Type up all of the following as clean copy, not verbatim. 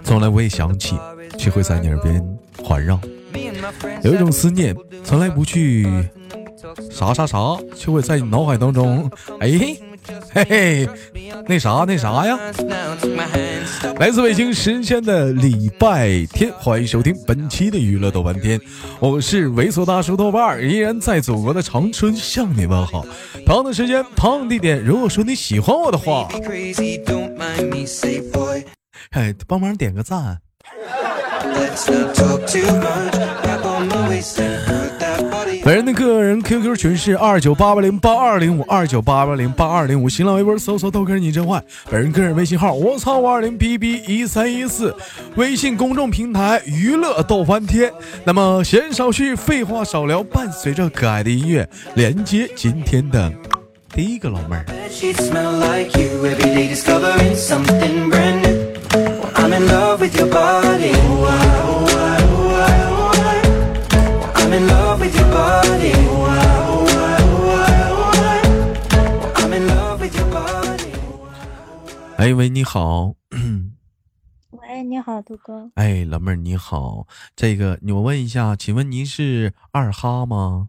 从来不会想起，却会在你耳边环绕。有一种思念，从来不去啥啥啥，却会在你脑海当中，嘿嘿，那啥呀。来自北京时间的礼拜天，欢迎收听本期的娱乐豆瓣天，我是猥琐大叔豆瓣，依然在祖国的长春向你问好。同样的时间，同样的地点，如果说你喜欢我的话，帮忙点个赞。本人的个人 QQ 群是2980820529808205，新浪微博搜索豆哥你真坏。本人个人微信号我操520BB1314，微信公众平台娱乐豆翻天。那么闲少叙，废话少聊，伴随着可爱的音乐，连接今天的第一个老妹儿。I'm in love with your body. I'm in love with your body. I'm in love with your body. 哎喂，你好。 喂，你好，杜哥。 哎，老妹儿你好，这个我问一下，请问您是二哈吗？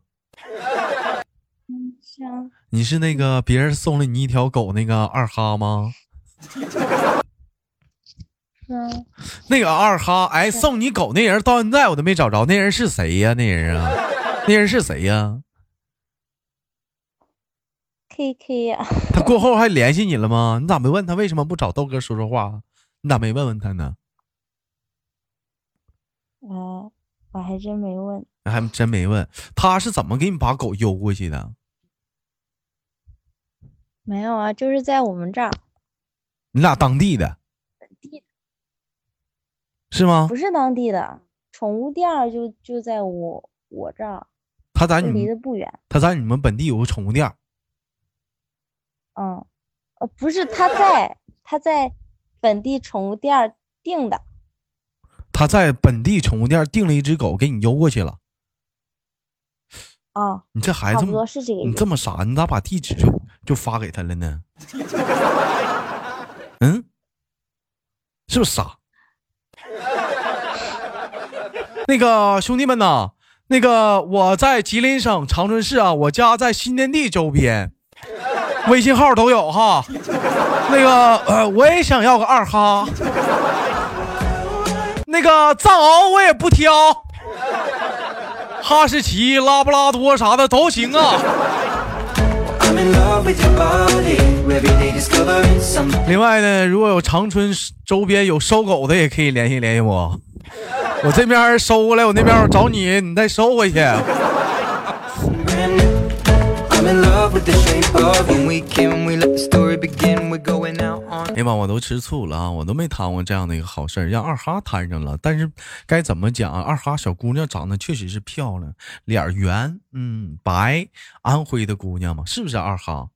是啊。 你是那个别人送了你一条狗那个二哈吗？那个二哈，哎，送你狗那人到现在我都没找着，那人是谁呀？那人啊，那人是谁呀 ？KK 呀。 他过后还联系你了吗？你咋没问他为什么不找豆哥说说话？你咋没问问他呢？ 我还真没问。 还真没问，他是怎么给你把狗邮过去的？ 没有啊，就是在我们这儿。 你俩当地的？是吗？ 不是当地的，宠物店就在我这儿。 他在你离得不远。 他在你们本地有个宠物店。 不是，他在本地宠物店订的。 他在本地宠物店订了一只狗，给你邮过去了。你这孩子， 差不多是这个意思。 你这么傻，你咋把地址就发给他了呢？是不是傻？那个兄弟们呐，那个我在吉林省长春市啊，我家在新天地周边，微信号都有哈。那个我也想要个二哈，那个藏獒我也不挑，哈士奇、拉布拉多啥的都行啊。另外呢，如果有长春周边有收狗的，也可以联系联系我。我这边收过来，我那边找你，你再收回去。哎呀妈，我都吃醋了啊！我都没谈过这样的一个好事儿，让二哈摊上了。但是该怎么讲啊？二哈小姑娘长得确实是漂亮，脸圆，白，安徽的姑娘嘛，是不是二哈？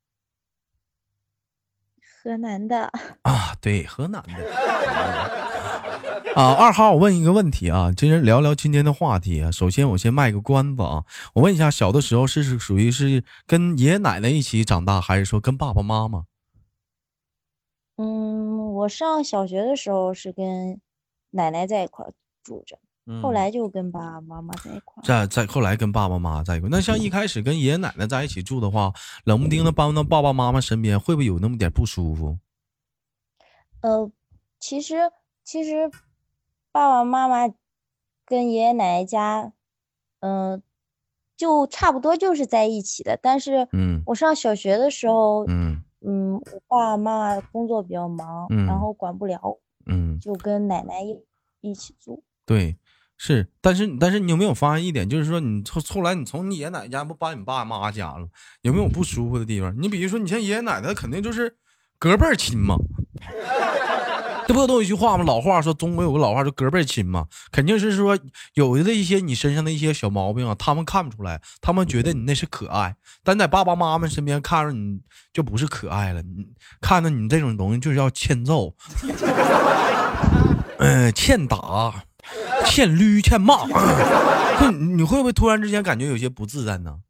河南的啊，对，河南的。二哈，我问一个问题啊，今天聊聊今天的话题啊。首先，我先卖个关子啊，我问一下，小的时候是属于是跟爷爷奶奶一起长大，还是说跟爸爸妈妈？ 我上小学的时候是跟奶奶在一块住着，后来就跟爸爸妈妈在一块。 后来跟爸爸妈妈在一块。那像一开始跟爷爷奶奶在一起住的话，冷不丁的搬到爸爸妈妈身边，会不会有那么点不舒服？ 其实爸爸妈妈跟爷爷奶奶家，就差不多就是在一起的。但是，我上小学的时候，我爸爸妈妈工作比较忙，然后管不了，就跟奶奶一起住。 对，是，但是你有没有发现一点，就是说你后来你从你爷爷奶奶家不搬你爸妈家了，有没有不舒服的地方？你比如说，你像爷爷奶奶肯定就是隔辈亲嘛。这不都有一句话吗？老话说，中国有个老话说隔辈亲嘛，肯定是说有的一些你身上的一些小毛病啊，他们看不出来，他们觉得你那是可爱，但在爸爸妈妈身边看着你就不是可爱了，你看着你这种东西就是要欠揍，欠打，欠捋，欠骂，你会不会突然之间感觉有些不自在呢？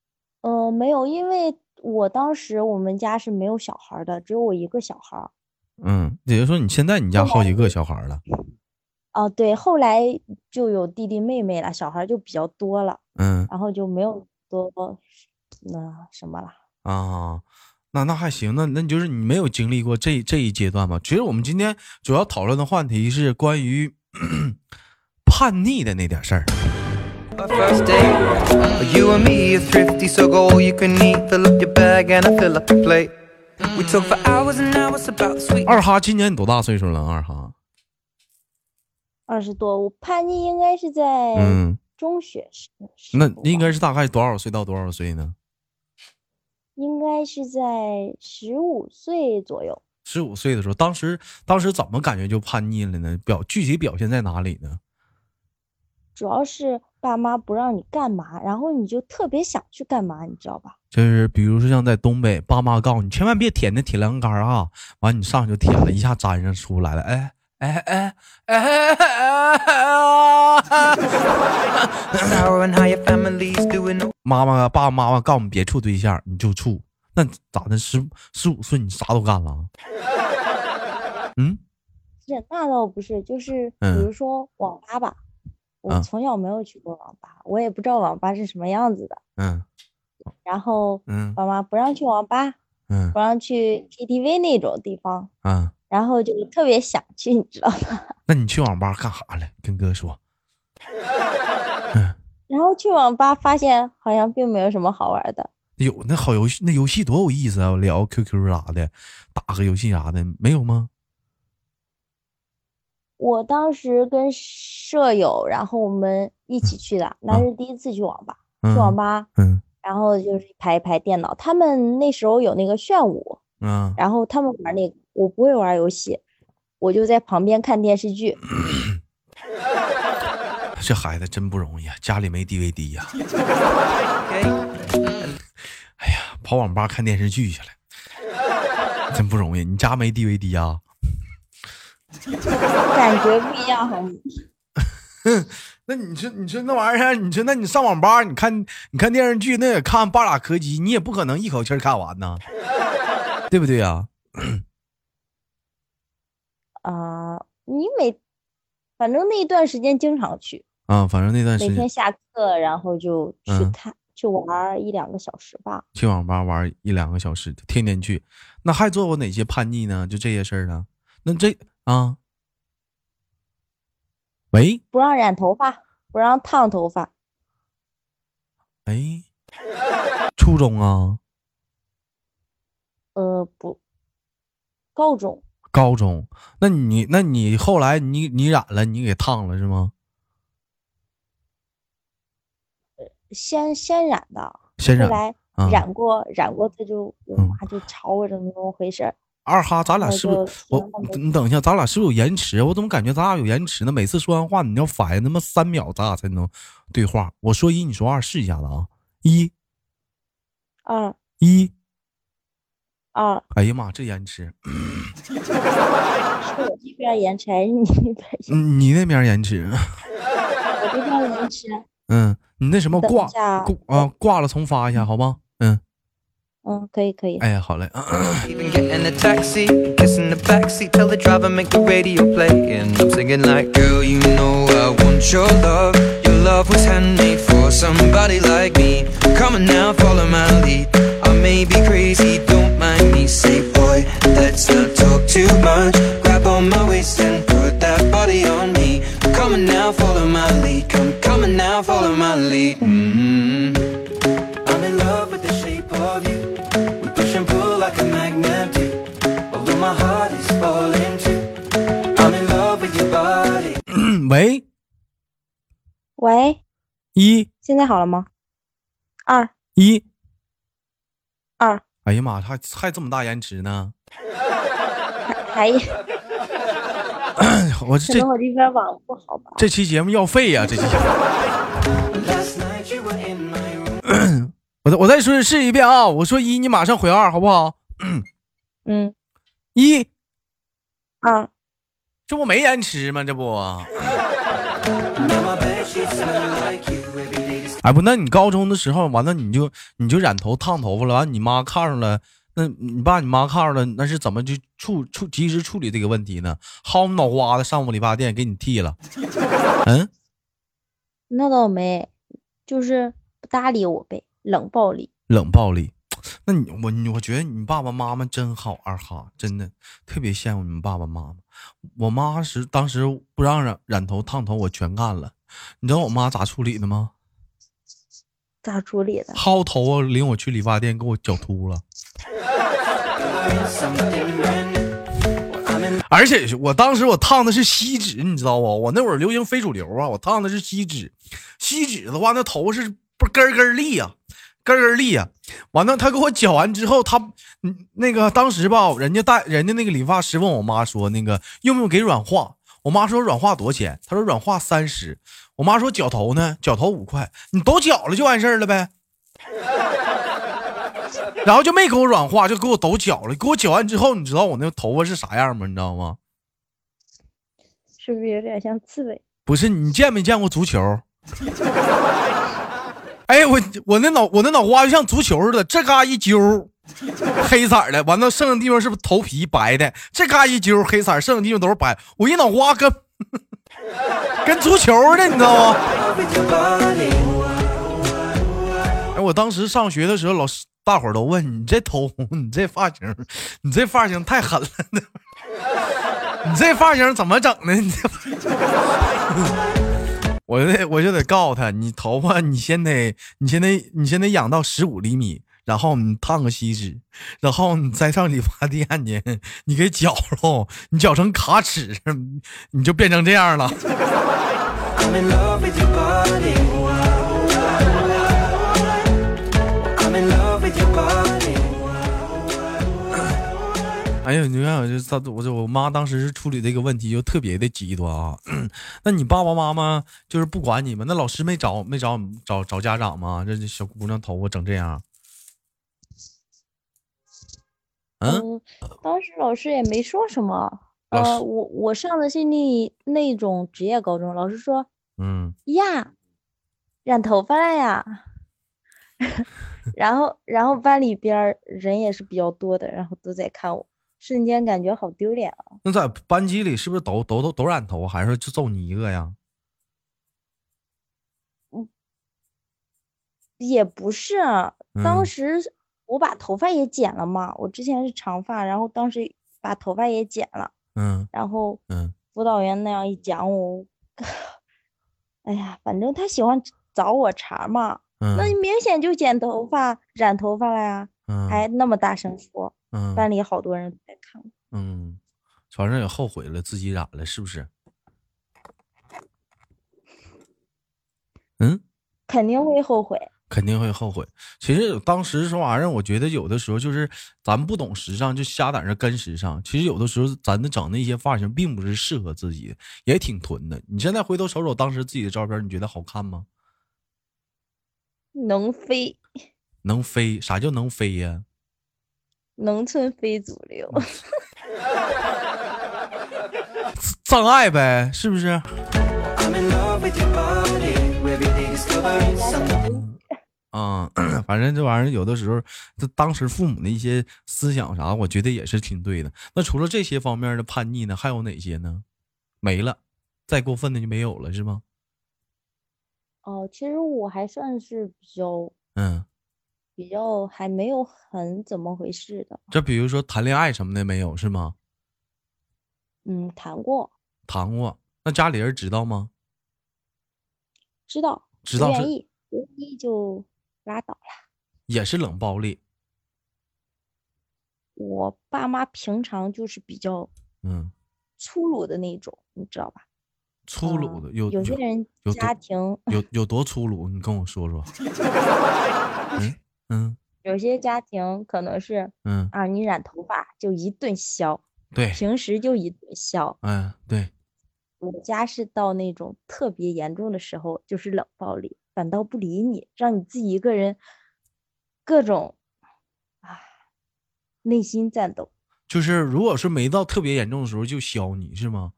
没有，因为当时我们家是没有小孩的，只有我一个小孩。 也就是说你现在你家好几个小孩了。 哦，对，后来就有弟弟妹妹了，小孩就比较多了。然后就没有多那什么了。 啊，那还行，那你就是你没有经历过这一阶段吗？其实我们今天主要讨论的话题是关于叛逆的那点事儿。二哈今年你多大岁数了？二哈 20多，我叛逆应该是在中学时。 那应该是大概多少岁到多少岁呢？ 应该是在15岁左右。 15岁的时候，当时怎么感觉就叛逆了呢？具体表现在哪里呢？ 主要是爸妈不让你干嘛，然后你就特别想去干嘛，你知道吧？ 就是比如说像在东北，爸妈告诉你千万别舔那铁栏杆啊，完你上去就舔了，一下粘上出来了，爸爸妈妈告诉你别处对象，你就处，那咋的？15岁你啥都干了？ 是那倒不是，就是比如说网吧吧，我从小没有去过网吧，我也不知道网吧是什么样子的。然后爸妈不让去网吧，不让去 KTV 那种地方，然后就特别想去，你知道吗？ 那你去网吧干啥了？跟哥说。 然后去网吧发现好像并没有什么好玩的。 有那好游戏，那游戏多有意思啊！聊 QQ 啥的，打个游戏啥的，没有吗？ 我当时跟舍友，然后我们一起去的，那是第一次去网吧。去网吧，然后就是一排一排电脑，他们那时候有那个炫舞，然后他们玩那个，我不会玩游戏，我就在旁边看电视剧。 这孩子真不容易啊，家里没 DVD 呀。哎呀，跑网吧看电视剧去了，真不容易。你家没 DVD 啊？ 感觉不一样，好吗？ 那你说那玩意儿，你说那你上网吧，你看电视剧，那也看半拉柯基，你也不可能一口气看完呢，对不对呀？ 反正那一段时间经常去反正那段时间每天下课，然后就去去玩1-2个小时吧。 去网吧玩1-2个小时，天天去。那还做过哪些叛逆呢？就这些事儿呢？那喂， 不让染头发，不让烫头发。 初中啊？ 不，高中。 高中？那你后来你染了，你给烫了是吗？ 先染的， 先染， 后来染过他就我妈就吵我怎么回事。 二哈，咱俩是不是你等一下，咱俩是不是有延迟？我怎么感觉咱俩有延迟呢？每次说完话你要反应他妈3秒，咱俩才能对话。我说1，你说2，试一下子啊！1、 2、 1、 2。 哎呀妈，这延迟！ 是我这边延迟还是你那边延迟？ 你那边延迟。 我这边延迟。 你那什么挂了重发一下好吗？ 可以。 哎呀，好嘞。 喂 ，1， 现在好了吗？2、 1、 2。 哎呀妈，还这么大延迟呢？ 还我可能我这边网不好吧？ 这期节目要废呀！这期节目。我再试一遍啊！我说1，你马上回2，好不好？1、 2。 这不没延迟吗？这不。哎不，那你高中的时候完了，你就染头烫头发了，完你妈看上了， 那你爸你妈看着了，那是怎么就及时处理这个问题呢？薅你脑瓜子上我理发店给你剃了？嗯， 那倒没，就是不搭理我呗，冷暴力。 冷暴力。那我觉得你爸爸妈妈真好，二哈，真的特别羡慕你们爸爸妈妈。我妈当时不让染头烫头，我全干了。你知道我妈咋处理的吗？ 咋处理的？ 薅头啊，领我去理发店给我绞秃了。而且我当时我烫的是锡纸，你知道不？我那会儿流行非主流啊，我烫的是锡纸。锡纸的话，那头是不是根根立啊？根根立啊！完了，他给我绞完之后，他那个当时吧，人家那个理发师问我妈说，那个用不用给软化？我妈说软化多少钱？他说软化30。我妈说绞头呢？绞头5块。你都绞了就完事儿了呗。然后就没给我软化，就给我都绞了。给我绞完之后，你知道我那头发是啥样吗？你知道吗？ 是不是有点像刺猬？ 不是，你见没见过足球？哎，我那脑瓜就像足球似的，这嘎一揪黑色的，完了剩下地方是不是头皮白的？这嘎一揪黑色，剩下地方都是白。我一脑瓜跟足球的，你知道吗？哎，我当时上学的时候，大伙儿都问你这头，你这发型太狠了，你这发型怎么整的？你这我就得告诉他，你头发你先得养到15厘米，然后你烫个锡纸，然后你再上理发店去，你给绞了，你绞成卡尺，你就变成这样了。哎呀，你看，我妈当时是处理这个问题就特别的极端啊。那你爸爸妈妈就是不管你们，那老师没找家长吗？这小姑娘头发整这样。 当时老师也没说什么。我上的是那种职业高中，老师说，呀，染头发了呀。然后班里边人也是比较多的，然后都在看我。瞬间感觉好丢脸啊！ 那在班级里是不是都染头，还是就揍你一个呀？ 也不是啊，当时我把头发也剪了嘛，我之前是长发，然后当时把头发也剪了，然后辅导员那样一讲我，哎呀，反正他喜欢找我茬嘛，那你明显就剪头发染头发了呀，还那么大声说。班里好多人在看我。 反正也后悔了，自己染了，是不是？ 肯定会后悔， 肯定会后悔。其实当时说玩意儿，我觉得有的时候就是咱们不懂时尚，就瞎在那跟时尚。其实有的时候咱的整那些发型并不是适合自己，也挺囤的。你现在回头瞅瞅当时自己的照片，你觉得好看吗？ 能飞， 能飞？啥叫能飞呀？ 农村非主流。 障碍呗，是不是？反正这玩意儿有的时候，这当时父母的一些思想啥，我觉得也是挺对的。那除了这些方面的叛逆呢，还有哪些呢？没了，再过分的就没有了，是吗？ 其实我还算是比较还没有很怎么回事的。 这比如说谈恋爱什么的没有，是吗？ 谈过。 那家里人知道吗？ 知道是不愿意就拉倒了。 也是冷暴力。 我爸妈平常就是比较粗鲁的那种，你知道吧？ 粗鲁的有些人家庭有多粗鲁？你跟我说说。 有些家庭可能是你染头发就一顿削， 对， 平时就一顿削。 对。 我家是到那种特别严重的时候，就是冷暴力，反倒不理你，让你自己一个人各种内心战斗。 就是如果是没到特别严重的时候，就削你是吗？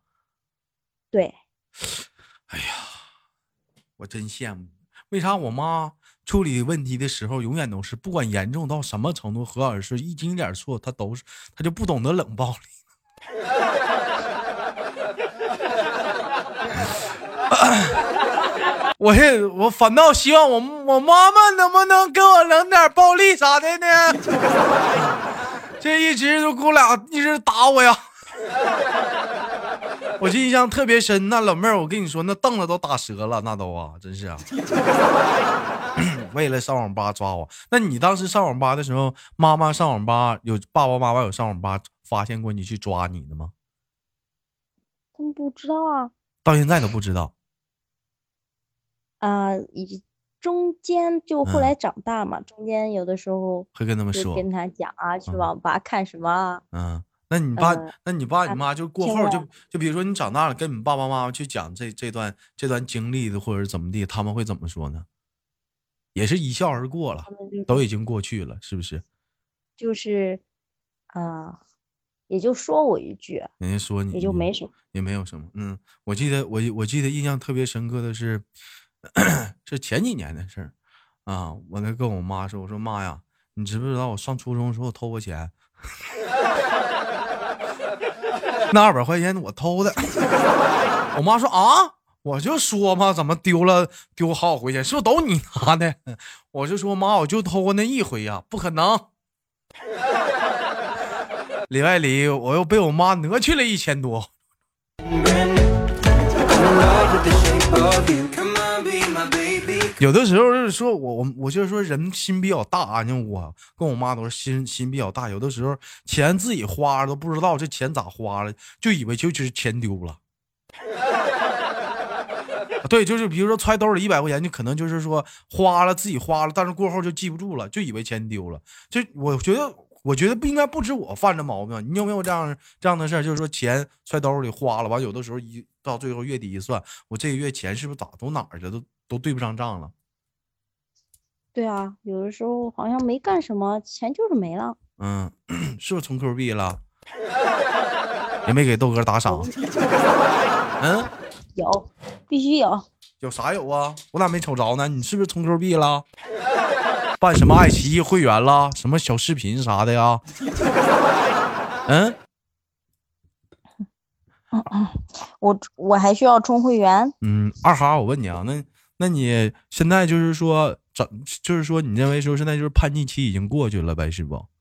对。 哎呀，我真羡慕。为啥我妈处理问题的时候，永远都是不管严重到什么程度，何老师一丁点错，他就不懂得冷暴力。我反倒希望我妈妈能不能给我冷点暴力啥的呢？这一直就给我俩一直打我呀。我印象特别深，那老妹儿，我跟你说，那凳子都打折了，那都啊，真是啊。为了上网吧抓我。那你当时上网吧的时候，妈妈上网吧爸爸妈妈有上网吧发现过你去抓你的吗？ 他们不知道啊， 到现在都不知道。 中间就后来长大嘛，中间有的时候会跟他们说， 跟他讲啊，去网吧看什么啊。 那你爸你妈就过后就比如说你长大了，跟你爸爸妈妈去讲这段经历的，或者怎么地，他们会怎么说呢？也是一笑而过了，都已经过去了，是不是？ 就是也就说我一句， 人家说你也就没什么， 也没有什么。我记得印象特别深刻的是，是前几年的事儿啊。我那跟我妈说，我说妈呀，你知不知道我上初中的时候我偷过钱？那200块钱我偷的。我妈说啊，我就说嘛，怎么丢好几回钱，是不是都你拿的？我就说妈，我就偷过那一回呀，不可能。里外里我又被我妈讹去了1000多。有的时候就是说我就是说人心比较大啊，我跟我妈都是心比较大，有的时候钱自己花了都不知道这钱咋花了，就以为就是钱丢了。对，就是比如说揣兜里100块钱，就可能就是说自己花了，但是过后就记不住了，就以为钱丢了。就我觉得不应该不止我犯这毛病，你有没有这样的事儿？就是说钱揣兜里花了，完有的时候到最后月底一算，我这个月钱是不是都哪儿去了，都对不上账了？ 对啊，有的时候好像没干什么，钱就是没了。 是不是充 Q 币了？也没给豆哥打赏。 有，必须有。 有啥有啊？我咋没瞅着呢？你是不是充 Q 币了？办什么爱奇艺会员了？什么小视频啥的呀？ 我还需要充会员。 二哈，我问你啊，那你现在就是说你认为说现在就是叛逆期已经过去了呗，是不？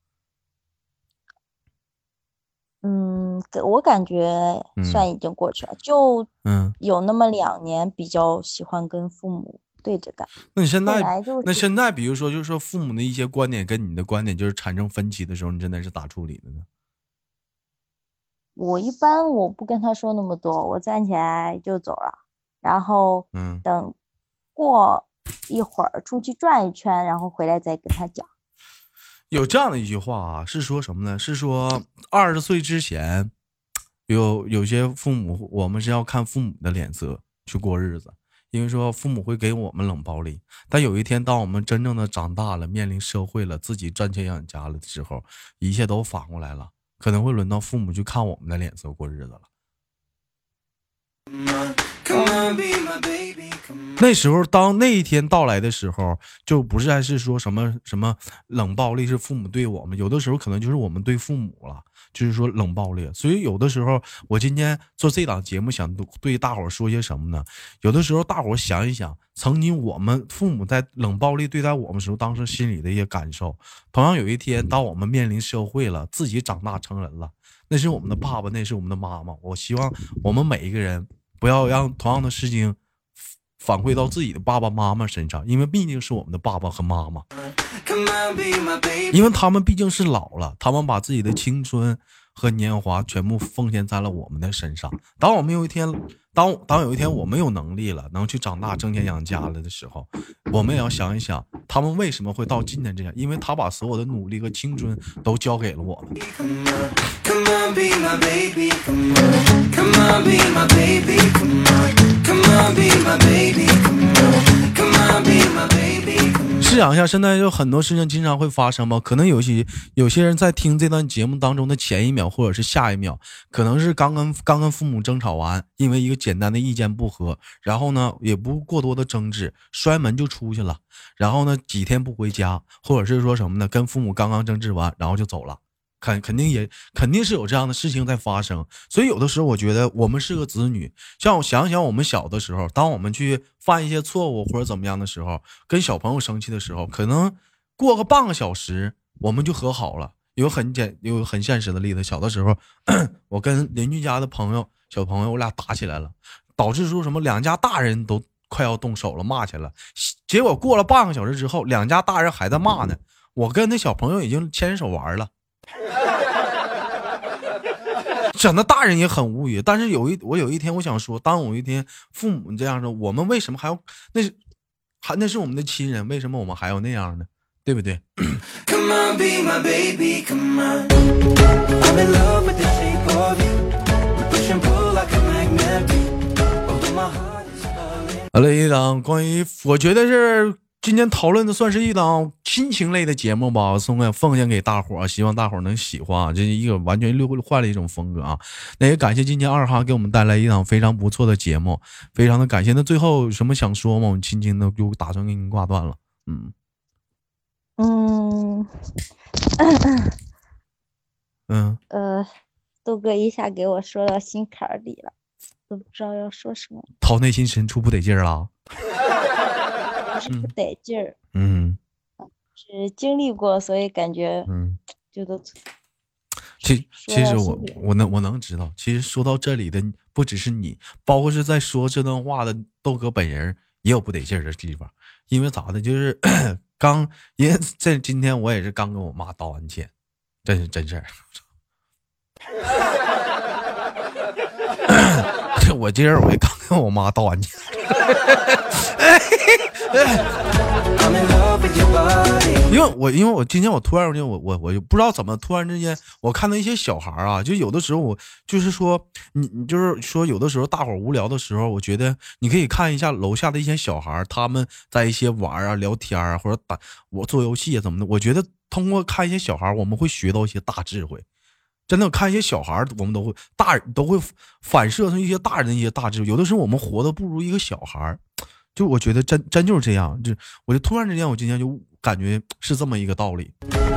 我感觉算已经过去了，就有那么2年比较喜欢跟父母对着干。 那你现在比如说就是说父母的一些观点跟你的观点就是产生分歧的时候，你真的是咋处理的呢？ 我一般我不跟他说那么多，我站起来就走了，然后等过一会儿出去转一圈，然后回来再跟他讲。 有这样的一句话啊，是说什么呢？是说20岁之前，有些父母，我们是要看父母的脸色去过日子，因为说父母会给我们冷暴力。但有一天，当我们真正的长大了，面临社会了，自己赚钱养家了的时候，一切都反过来了，可能会轮到父母去看我们的脸色过日子了。那时候当那一天到来的时候，就不是还是说什么冷暴力是父母对我们，有的时候可能就是我们对父母了，就是说冷暴力。所以有的时候我今天做这档节目想对大伙说些什么呢？有的时候大伙想一想，曾经我们父母在冷暴力对待我们的时候当时心里的一些感受。同样有一天当我们面临社会了，自己长大成人了，那是我们的爸爸，那是我们的妈妈，我希望我们每一个人不要让同样的事情反馈到自己的爸爸妈妈身上，因为毕竟是我们的爸爸和妈妈，因为他们毕竟是老了，他们把自己的青春和年华全部奉献在了我们的身上。当我们有一天我们有能力了，能去长大挣钱养家了的时候，我们也要想一想他们为什么会到今天这样，因为他把所有的努力和青春都交给了我们。 试想一下，现在有很多事情经常会发生嘛，可能有些人在听这段节目当中的前一秒或者是下一秒，可能是刚跟父母争吵完，因为一个简单的意见不合，然后呢也不过多的争执，摔门就出去了，然后呢几天不回家，或者是说什么呢，跟父母刚争执完，然后就走了。肯定是有这样的事情在发生，所以有的时候我觉得我们是个子女，像我想想我们小的时候，当我们去犯一些错误或者怎么样的时候，跟小朋友生气的时候，可能过个半个小时我们就和好了。有很现实的例子，小的时候我跟邻居家的小朋友我俩打起来了，导致说什么两家大人都快要动手了，骂起来了。结果过了半个小时之后，两家大人还在骂呢，我跟那小朋友已经牵手玩了。整的大人也很无语，但是我有一天我想说，当有一天父母这样说，我们为什么还要那是我们的亲人，为什么我们还要那样呢？对不对？好了，一档关于我觉得是今天讨论的算是一档亲情类的节目吧，奉献给大伙儿，希望大伙儿能喜欢啊！这是一个完全换了一种风格啊！那也感谢今天二哈给我们带来一档非常不错的节目，非常的感谢。那最后有什么想说吗？我们轻轻的就打算给你挂断了。 豆哥一下给我说到心坎里了，都不知道要说什么， 掏内心深处不得劲儿了。 是不得劲儿，是经历过，所以感觉，就都。 其实我能知道，其实说到这里的不只是你，包括是在说这段话的豆哥本人也有不得劲儿的地方，因为咋的，就是因为今天我也是刚跟我妈道完歉，这是真事儿。我今儿我也刚跟我妈道完歉。因为我今天我突然间我就不知道怎么突然之间我看到一些小孩啊，就有的时候我就是说你就是说有的时候大伙无聊的时候，我觉得你可以看一下楼下的一些小孩，他们在一些玩啊聊天啊，或者我做游戏啊怎么的，我觉得通过看一些小孩我们会学到一些大智慧。真的看一些小孩，我们大人都会反射出一些大人的一些大智慧。有的时候我们活得不如一个小孩，就我觉得真就是这样。我就突然之间，我今天就感觉是这么一个道理。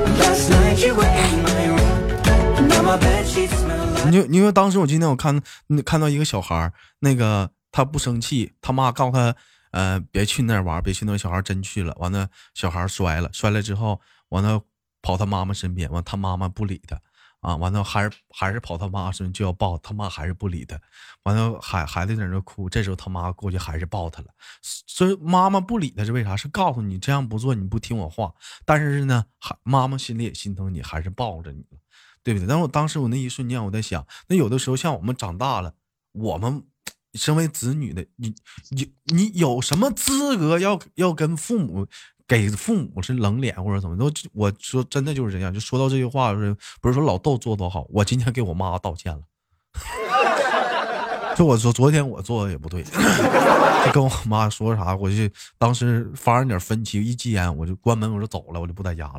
因为当时我今天我看到一个小孩，那个他不生气，他妈告诉他别去那儿玩，别去那儿。小孩真去了，完了小孩摔了之后，完了跑他妈妈身边，完他妈妈不理他。啊，完了还是跑他妈身就要抱他妈，还是不理他，完了孩子在那哭，这时候他妈过去还是抱他了，所以妈妈不理他是为啥？是告诉你这样不做你不听我话，但是呢，妈妈心里也心疼你，还是抱着你了，对不对？但是我当时我那一瞬间我在想，那有的时候像我们长大了，我们身为子女的，你有什么资格要跟父母？给父母是冷脸或者怎么都，我说真的就是这样。就说到这句话，不是说老豆做多好，我今天给我妈道歉了。就我说昨天我做的也不对，就跟我妈说啥，我就当时发生点分歧，一急眼我就关门，我就走了，我就不在家了。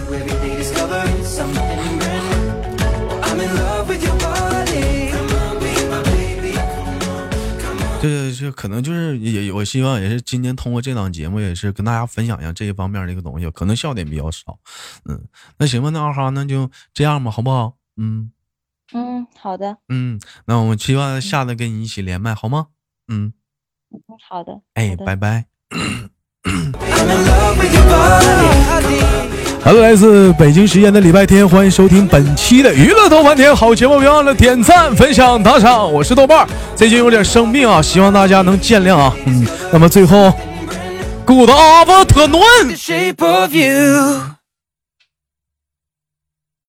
这可能就是我希望也是今天通过这档节目也是跟大家分享一下这一方面的一个东西，可能笑点比较少。那行吧，那二哈那就这样吧，好不好？ 好的。 那我们希望下次跟你一起连麦，好吗？ 好的。 拜拜。好的，来自北京时间的礼拜天，欢迎收听本期的娱乐豆瓣天，好节目别忘了点赞分享打赏，我是豆瓣，最近有点生病啊，希望大家能见谅啊。那么最后 Good afternoon